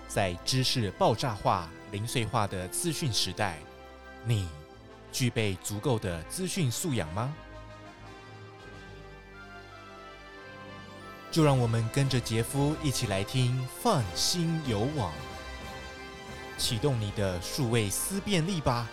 在知识爆炸化、零碎化的资讯时代，你具备足够的资讯素养吗？就让我们跟着杰夫一起来听放心有网，启动你的数位思辨力吧。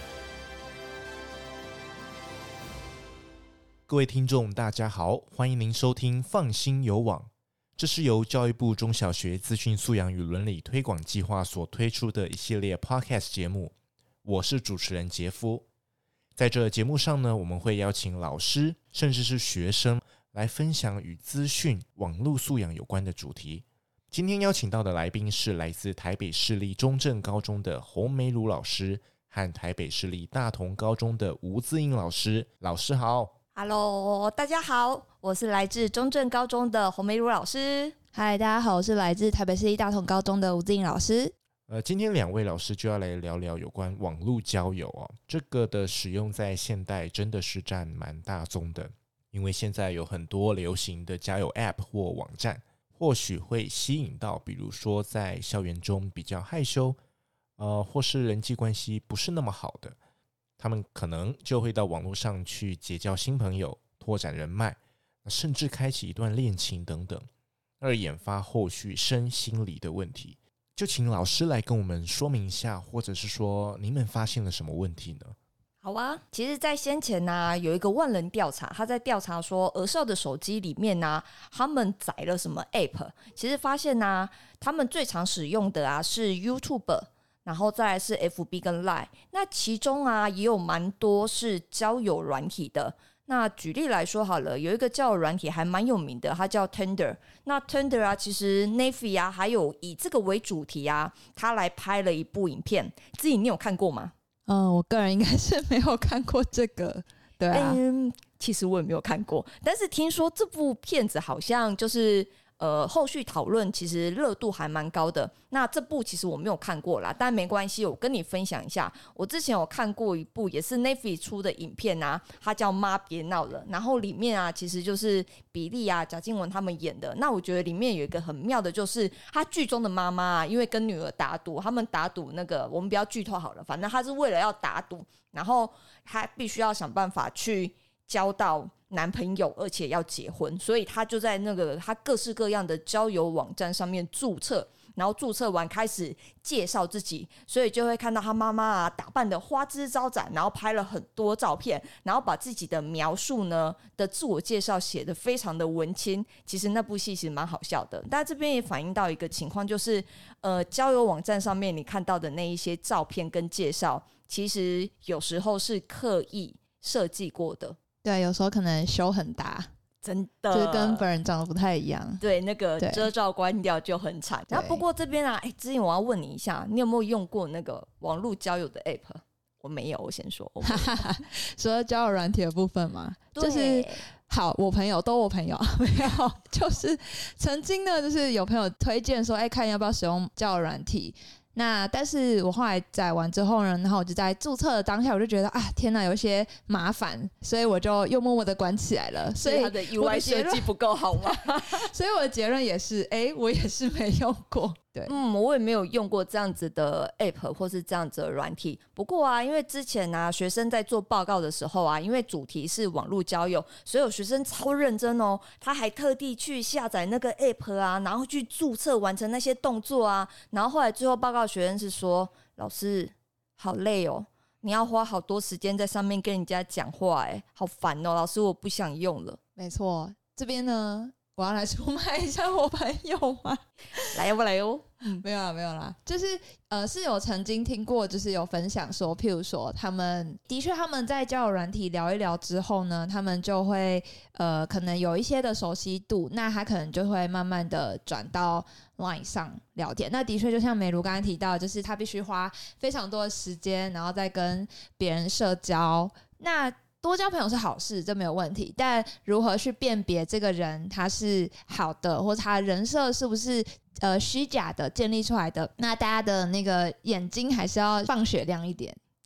各位听众大家好，欢迎您收听放心有网，这是由教育部中小学资讯素养与伦理推广计划所推出的一系列 podcast 节目，我是主持人杰夫。在这节目上呢，我们会邀请老师甚至是学生来分享与资讯网络素养有关的主题。今天邀请到的来宾是来自台北市立中正高中的洪梅如老师和台北市立大同高中的吴姿颖老师。老师好。 Hello， 大家好，我是来自中正高中的洪梅如老师。 嗨，大家好，我是来自台北市立大同高中的吴姿颖老师。 今天两位老师就要来聊聊有关网络交友哦，这个的使用在现代真的是占蛮大宗的，因为现在有很多流行的交友 App 或网站，或许会吸引到，比如说在校园中比较害羞，或是人际关系不是那么好的。他们可能就会到网络上去结交新朋友，拓展人脉，甚至开启一段恋情等等，而引发后续身心理的问题。就请老师来跟我们说明一下，或者是说你们发现了什么问题呢？ 好啊，其实在先前啊，有一个万人调查，他在调查说儿少的手机里面啊，他们载了什么 App， 其实发现啊，他们最常使用的啊是 YouTube，然后再来是 FB 跟 Line， 那其中啊也有蛮多是交友软体的。那举例来说好了，有一个交友软体还蛮有名的，它叫 Tinder。那 Tinder 啊，其实 Navy 啊，还有以这个为主题啊，他来拍了一部影片。自己你有看过吗？ 我个人应该是没有看过这个，对啊。 其实我也没有看过，但是听说这部片子好像就是后续讨论其实热度还蛮高的。那这部其实我没有看过啦，但没关系，我跟你分享一下。我之前有看过一部也是 Netflix 出的影片啊，它叫《妈别闹了》，然后里面啊其实就是比利啊、贾静雯他们演的。那我觉得里面有一个很妙的，就是他剧中的妈妈啊，因为跟女儿打赌，他们打赌那个我们不要剧透好了，反正他是为了要打赌，然后他必须要想办法去交到男朋友，而且要结婚，所以他就在那个他各式各样的交友网站上面注册，然后注册完开始介绍自己，所以就会看到他妈妈啊打扮的花枝招展，然后拍了很多照片，然后把自己的描述呢的自我介绍写得非常的文青。其实那部戏其实蛮好笑的，但这边也反映到一个情况，就是交友网站上面你看到的那一些照片跟介绍，其实有时候是刻意设计过的。 对，有时候可能修很大， 真的就是跟本人长得不太一样。 对，那个遮罩关掉就很惨。然后不过这边啊，之前我要问你一下，你有没有用过那个网络交友的 app？ 我没有，我先说。 说交友软体的部分嘛，就是好，我朋友没有，就是曾经呢，就是有朋友推荐说，看要不要使用交友软体。那但是我后来载完之后呢，然后我就在注册的当下，我就觉得天哪，有一些麻烦，所以我就又默默的关起来了。所以它的 UI 设计不够好吗？ 所以我的结论也是，我也是没用过。对， 我也没有用过这样子的 app 或是这样子的软体。不过啊，因为之前啊，学生在做报告的时候啊，因为主题是网络交友，所以有学生超认真哦，他还特地去下载那个 app 啊，然后去注册完成那些动作啊，然后后来最后报告学生是说，老师好累哦，你要花好多时间在上面跟人家讲话，好烦哦，老师我不想用了。 没错，这边呢，我要来出卖一下我朋友吗？ 来哟，来哟。 没有啦，就是是有曾经听过，就是有分享说，譬如说他们在交友软体聊一聊之后呢，他们就会可能有一些的熟悉度，那他可能就会慢慢的转到 LINE 上聊天。那的确就像美如刚才提到，就是他必须花非常多的时间，然后再跟别人社交。那多交朋友是好事，这没有问题，但如何去辨别这个人他是好的，或者他人设是不是虚假的建立出来的，那大家的那个眼睛还是要放雪亮一点。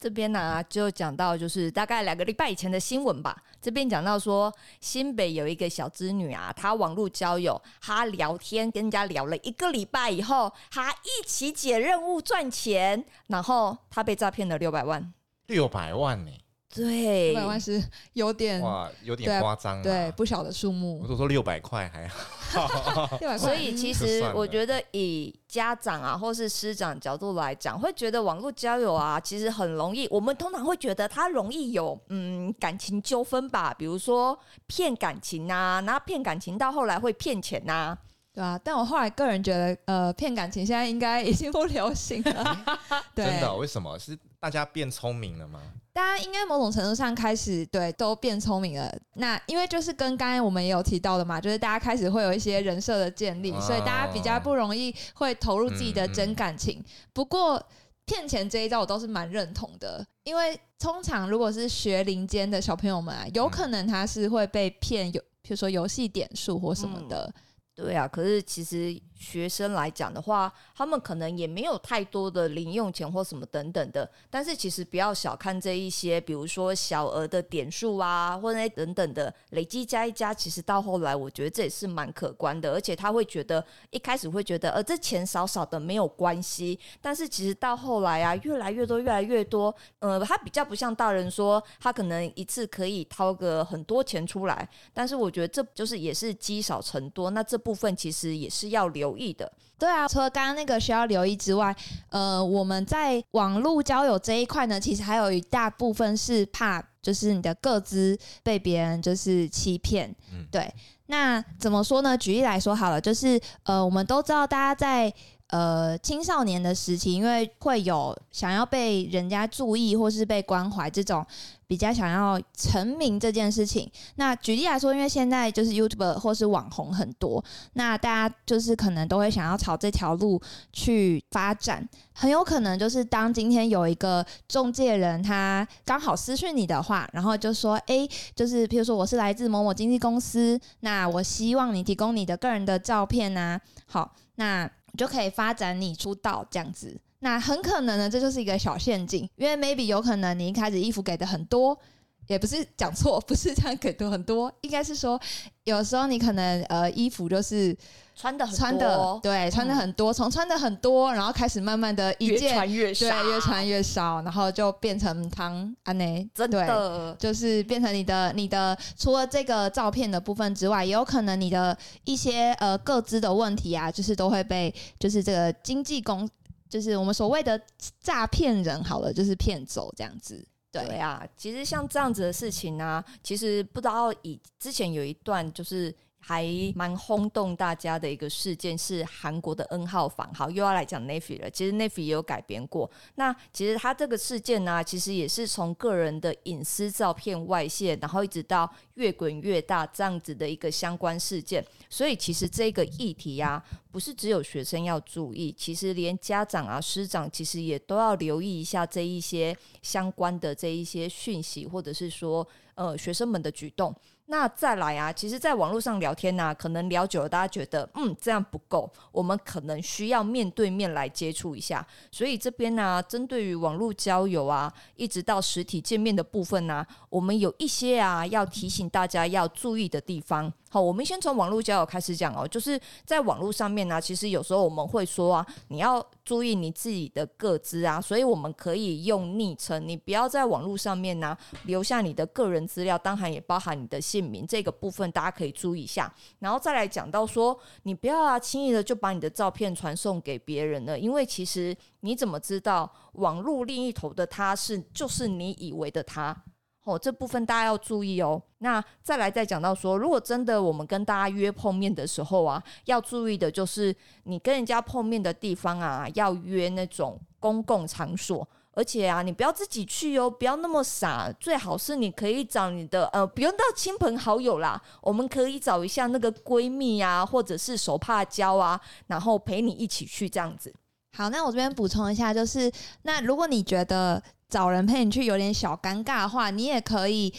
这边呢、就讲到就是大概2个礼拜以前的新闻吧。这边讲到说，新北有一个小资女啊，她网络交友，她聊天跟人家聊了1个礼拜以后，她一起解任务赚钱，然后她被诈骗了600万。 600万呢、 对 600万是有点哇，有点夸张、啊。 对，不小的数目。 我都说600块还好。 600块， 所以其实我觉得以家长啊或是师长角度来讲，会觉得网络交友啊其实很容易，我们通常会觉得它容易有感情纠纷吧，比如说骗感情啊，然后骗感情到后来会骗钱啊。 对啊，但我后来个人觉得，骗感情现在应该已经不流行了。对， 真的、为什么？是大家变聪明了吗？ 大家应该某种程度上开始对都变聪明了。那因为就是跟刚才我们也有提到的嘛，就是大家开始会有一些人设的建立，所以大家比较不容易会投入自己的真感情。不过骗钱这一招我都是蛮认同的，因为通常如果是学龄间的小朋友们啊，有可能他是会被骗，比如说游戏点数或什么的。 对啊，可是其实学生来讲的话，他们可能也没有太多的零用钱或什么等等的，但是其实不要小看这一些，比如说小额的点数啊，或者等等的累积加一加，其实到后来我觉得这也是蛮可观的，而且他会觉得一开始会觉得这钱少少的没有关系，但是其实到后来啊，越来越多越来越多，他比较不像大人说他可能一次可以掏个很多钱出来，但是我觉得这就是也是积少成多，那这部分其实也是要留意的。 对啊，除了刚刚那个需要留意之外，我们在网络交友这一块呢，其实还有一大部分是怕就是你的个资被别人就是欺骗。对，那怎么说呢？举例来说好了，就是我们都知道大家在青少年的时期，因为会有想要被人家注意或是被关怀这种比较想要成名这件事情。那举例来说，因为现在就是 YouTuber 或是网红很多，那大家就是可能都会想要朝这条路去发展。很有可能就是当今天有一个中介人他刚好私讯你的话，然后就说就是譬如说我是来自某某经纪公司，那我希望你提供你的个人的照片啊，好，那就可以发展你出道这样子。那很可能呢，这就是一个小陷阱，因为 maybe 有可能你一开始衣服给的很多，也不是讲错，不是这样给的很多，应该是说有时候你可能衣服就是穿的很多， 对，穿的很多，从穿的很多，然后开始慢慢的一件越穿越少， 对，越穿越少，然后就变成汤安内， 真的就是变成你的除了这个照片的部分之外，也有可能你的一些个资的问题啊，就是都会被就是这个经纪公，就是我们所谓的诈骗人好了，就是骗走这样子。 对啊，其实像这样子的事情呢、其实不知道之前有一段就是还蛮轰动大家的一个事件，是韩国的 N 号房。好，又要来讲 Neffy 了。其实 Neffy 也有改编过。那其实他这个事件呢、其实也是从个人的隐私照片外泄，然后一直到越滚越大这样子的一个相关事件。所以其实这个议题啊，不是只有学生要注意，其实连家长啊、师长其实也都要留意一下这一些相关的这一些讯息，或者是说学生们的举动。那再来啊，其实在网络上聊天啊，可能聊久了大家觉得这样不够，我们可能需要面对面来接触一下。所以这边呢、针对于网络交友啊一直到实体见面的部分啊，我们有一些啊要提醒大家要注意的地方。好，我们先从网络交友开始讲哦，就是在网络上面呢、其实有时候我们会说啊，你要注意你自己的个资啊，所以我们可以用昵称，你不要在网络上面呢、留下你的个人资料，当然也包含你的姓名，这个部分大家可以注意一下。然后再来讲到说，你不要轻易的就把你的照片传送给别人了，因为其实你怎么知道网络另一头的他就是你以为的他？这部分大家要注意哦。那再来再讲到说，如果真的我们跟大家约碰面的时候啊，要注意的就是你跟人家碰面的地方啊，要约那种公共场所，而且啊，你不要自己去哦，不要那么傻，最好是你可以找你的不用到亲朋好友啦，我们可以找一下那个闺蜜啊，或者是手帕交啊，然后陪你一起去这样子。 好，那我这边补充一下，就是那如果你觉得找人陪你去有点小尴尬的话，你也可以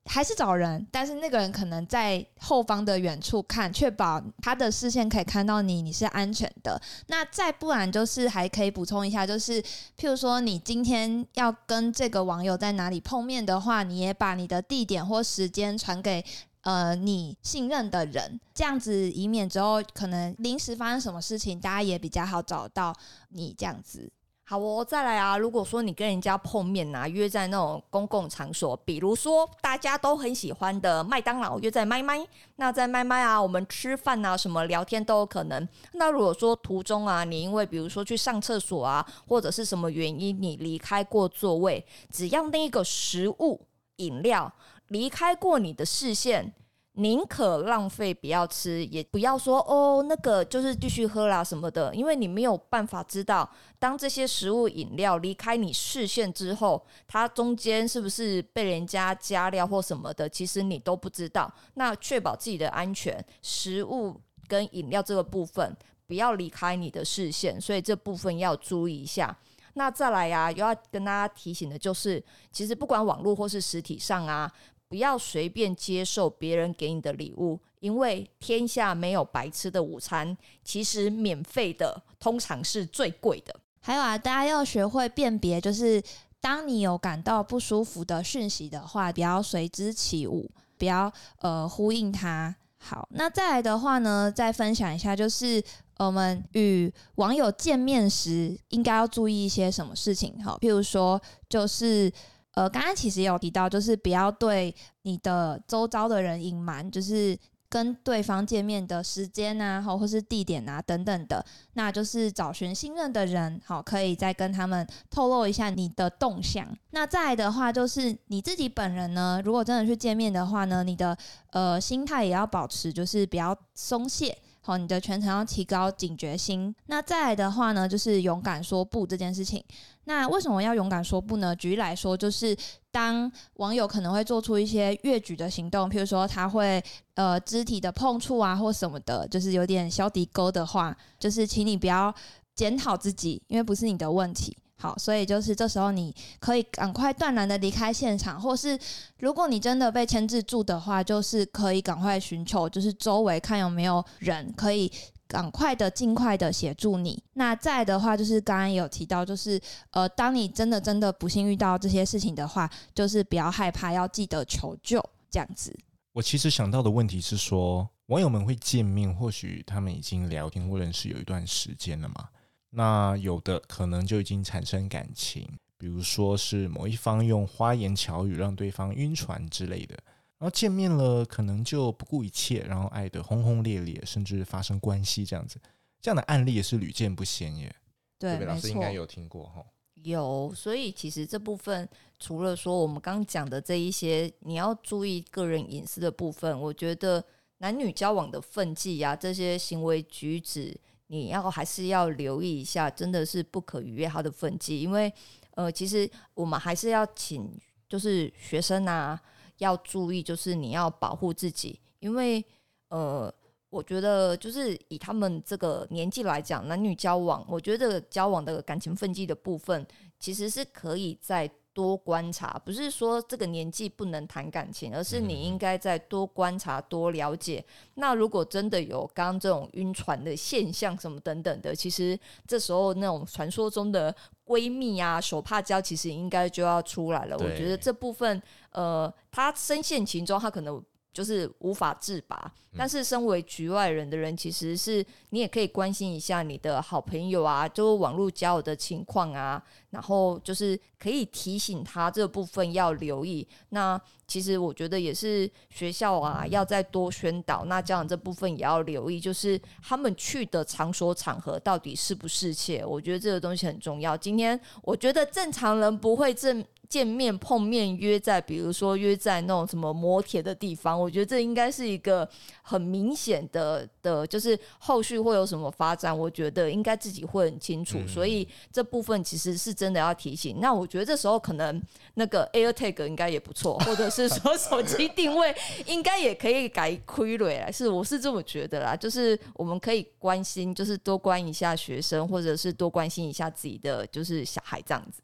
还是找人，但是那个人可能在后方的远处看，确保他的视线可以看到你是安全的。那再不然就是还可以补充一下，就是譬如说你今天要跟这个网友在哪里碰面的话，你也把你的地点或时间传给你信任的人，这样子以免之后可能临时发生什么事情，大家也比较好找到你这样子。 好哦，再来啊！如果说你跟人家碰面啊，约在那种公共场所，比如说大家都很喜欢的麦当劳，约在麦麦，那在麦麦啊，我们吃饭啊，什么聊天都有可能。那如果说途中啊，你因为比如说去上厕所啊，或者是什么原因你离开过座位，只要那个食物、饮料离开过你的视线，宁可浪费不要吃，也不要说哦那个就是继续喝啦什么的，因为你没有办法知道当这些食物饮料离开你视线之后，它中间是不是被人家加料或什么的，其实你都不知道。那确保自己的安全，食物跟饮料这个部分不要离开你的视线，所以这部分要注意一下。那再来啊，又要跟大家提醒的就是，其实不管网络或是实体上啊，不要随便接受别人给你的礼物，因为天下没有白吃的午餐，其实免费的通常是最贵的。 还有啊，大家要学会辨别，就是当你有感到不舒服的讯息的话，不要随之起舞，不要呼应它。好，那再来的话呢，再分享一下，就是我们与网友见面时应该要注意一些什么事情。好，譬如说就是刚刚其实也有提到，就是不要对你的周遭的人隐瞒，就是跟对方见面的时间啊，或是地点啊等等的，那就是找寻信任的人，好，可以再跟他们透露一下你的动向。那再来的话，就是你自己本人呢，如果真的去见面的话呢，你的心态也要保持，就是不要松懈。好，你的全程要提高警觉心。那再来的话呢，就是勇敢说不这件事情。那为什么要勇敢说不呢？举例来说，就是当网友可能会做出一些越矩的行动，譬如说他会肢体的碰触啊或什么的，就是有点小底沟的话，就是请你不要检讨自己，因为不是你的问题。好，所以就是这时候你可以赶快断然的离开现场，或是如果你真的被牵制住的话，就是可以赶快寻求，就是周围看有没有人可以赶快的尽快的协助你。那再来的话，就是刚刚也有提到，就是当你真的不幸遇到这些事情的话，就是不要害怕，要记得求救这样子。 我其实想到的问题是说，网友们会见面，或许他们已经聊天或认识有一段时间了嘛，那有的可能就已经产生感情，比如说是某一方用花言巧语让对方晕船之类的，然后见面了可能就不顾一切，然后爱得轰轰烈烈，甚至发生关系这样子，这样的案例也是屡见不鲜耶。 对， 老师应该有听过齁。 有，所以其实这部分除了说我们刚讲的这一些你要注意个人隐私的部分，我觉得男女交往的分际啊，这些行为举止你还是要留意一下，真的是不可逾越他的分际。因为其实我们还是要请就是学生啊要注意，就是你要保护自己。因为我觉得就是以他们这个年纪来讲，男女交往，我觉得交往的感情分际的部分其实是可以再多观察，不是说这个年纪不能谈感情，而是你应该再多观察多了解。那如果真的有刚刚这种晕船的现象什么等等的，其实这时候那种传说中的闺蜜啊手帕交其实应该就要出来了。我觉得这部分他深陷其中，他可能就是无法自拔，但是身为局外人的人，其实是你也可以关心一下你的好朋友啊，就是网络交友的情况啊，然后就是可以提醒他这部分要留意。那其实我觉得也是学校啊要再多宣导，那家长这部分也要留意，就是他们去的场所场合到底是不是切，我觉得这个东西很重要。今天我觉得正常人不会见面碰面约在比如说约在那种什么摩铁的地方，我觉得这应该是一个很明显的就是后续会有什么发展，我觉得应该自己会很清楚。所以这部分其实是真的要提醒。那我觉得这时候可能那个 AirTag 应该也不错，或者是说手机定位应该也可以改亏蕊来，我是这么觉得啦。就是我们可以关心，就是多关一下学生，或者是多关心一下自己的就是小孩这样子。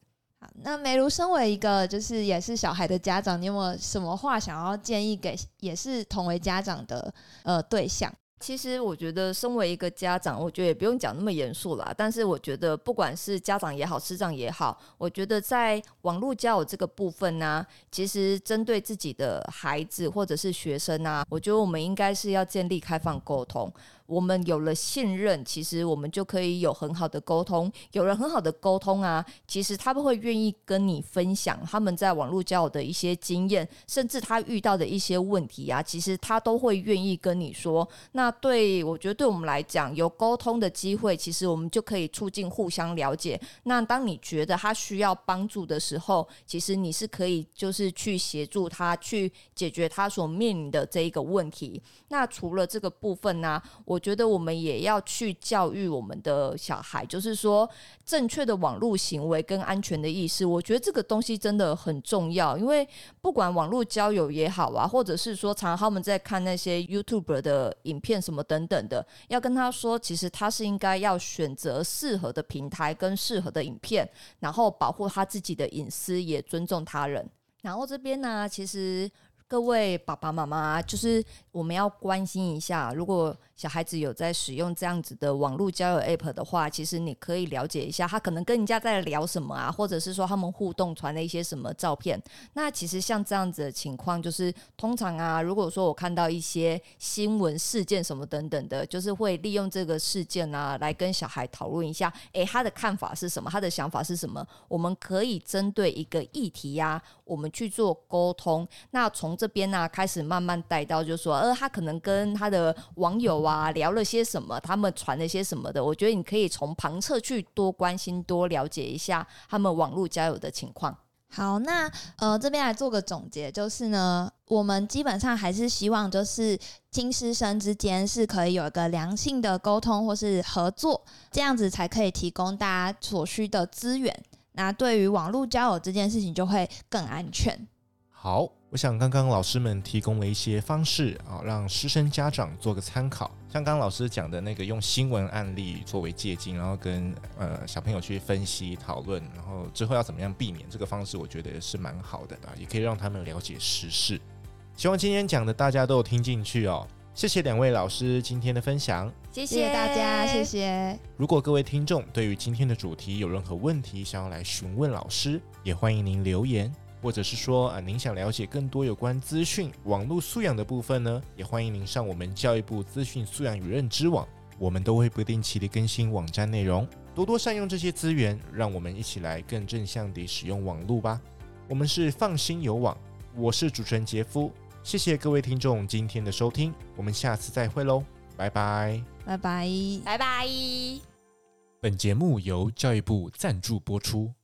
好，那梅如身为一个就是也是小孩的家长，你有没有什么话想要建议给也是同为家长的对象？ 其实我觉得身为一个家长，我觉得也不用讲那么严肃啦，但是我觉得不管是家长也好，师长也好，我觉得在网络交友这个部分呢，其实针对自己的孩子或者是学生啊，我觉得我们应该是要建立开放沟通。我们有了信任，其实我们就可以有很好的沟通。有了很好的沟通啊，其实他们会愿意跟你分享他们在网络交友的一些经验，甚至他遇到的一些问题啊，其实他都会愿意跟你说。那我觉得对我们来讲，有沟通的机会，其实我们就可以促进互相了解。那当你觉得他需要帮助的时候，其实你是可以就是去协助他去解决他所面临的这一个问题。那除了这个部分呢，我觉得我们也要去教育我们的小孩，就是说正确的网络行为跟安全的意识，我觉得这个东西真的很重要。因为不管网络交友也好啊，或者是说常常他们在看那些 YouTube 的影片什么等等的，要跟他说其实他是应该要选择适合的平台跟适合的影片，然后保护他自己的隐私，也尊重他人。然后这边呢，其实各位爸爸妈妈，就是我们要关心一下，如果小孩子有在使用这样子的网络交友 app 的话，其实你可以了解一下他可能跟人家在聊什么啊，或者是说他们互动传了一些什么照片。那其实像这样子的情况，就是通常啊，如果说我看到一些新闻事件什么等等的，就是会利用这个事件啊来跟小孩讨论一下，他的看法是什么，他的想法是什么，我们可以针对一个议题啊，我们去做沟通。那从这边啊开始慢慢带到，就是说他可能跟他的网友啊聊了些什么，他们传了些什么的，我觉得你可以从旁侧去多关心多了解一下他们网络交友的情况。 好，那这边来做个总结，就是呢，我们基本上还是希望就是亲师生之间是可以有一个良性的沟通或是合作，这样子才可以提供大家所需的资源，那对于网络交友这件事情就会更安全。 好，我想刚刚老师们提供了一些方式让师生家长做个参考。像刚刚老师讲的那个用新闻案例作为借鉴，然后跟小朋友去分析讨论，然后之后要怎么样避免，这个方式我觉得也是蛮好的也可以让他们了解时事。希望今天讲的大家都有听进去哦。谢谢两位老师今天的分享， 谢谢大家，谢谢。 如果各位听众对于今天的主题有任何问题想要来询问老师，也欢迎您留言，或者是说您想了解更多有关资讯网络素养的部分呢，也欢迎您上我们教育部资讯素养与认知网，我们都会不定期的更新网站内容，多多善用这些资源，让我们一起来更正向地使用网络吧。我们是放心有网，我是主持人杰夫，谢谢各位听众今天的收听，我们下次再会喽，拜拜， 拜拜， 拜拜。 本节目由教育部赞助播出。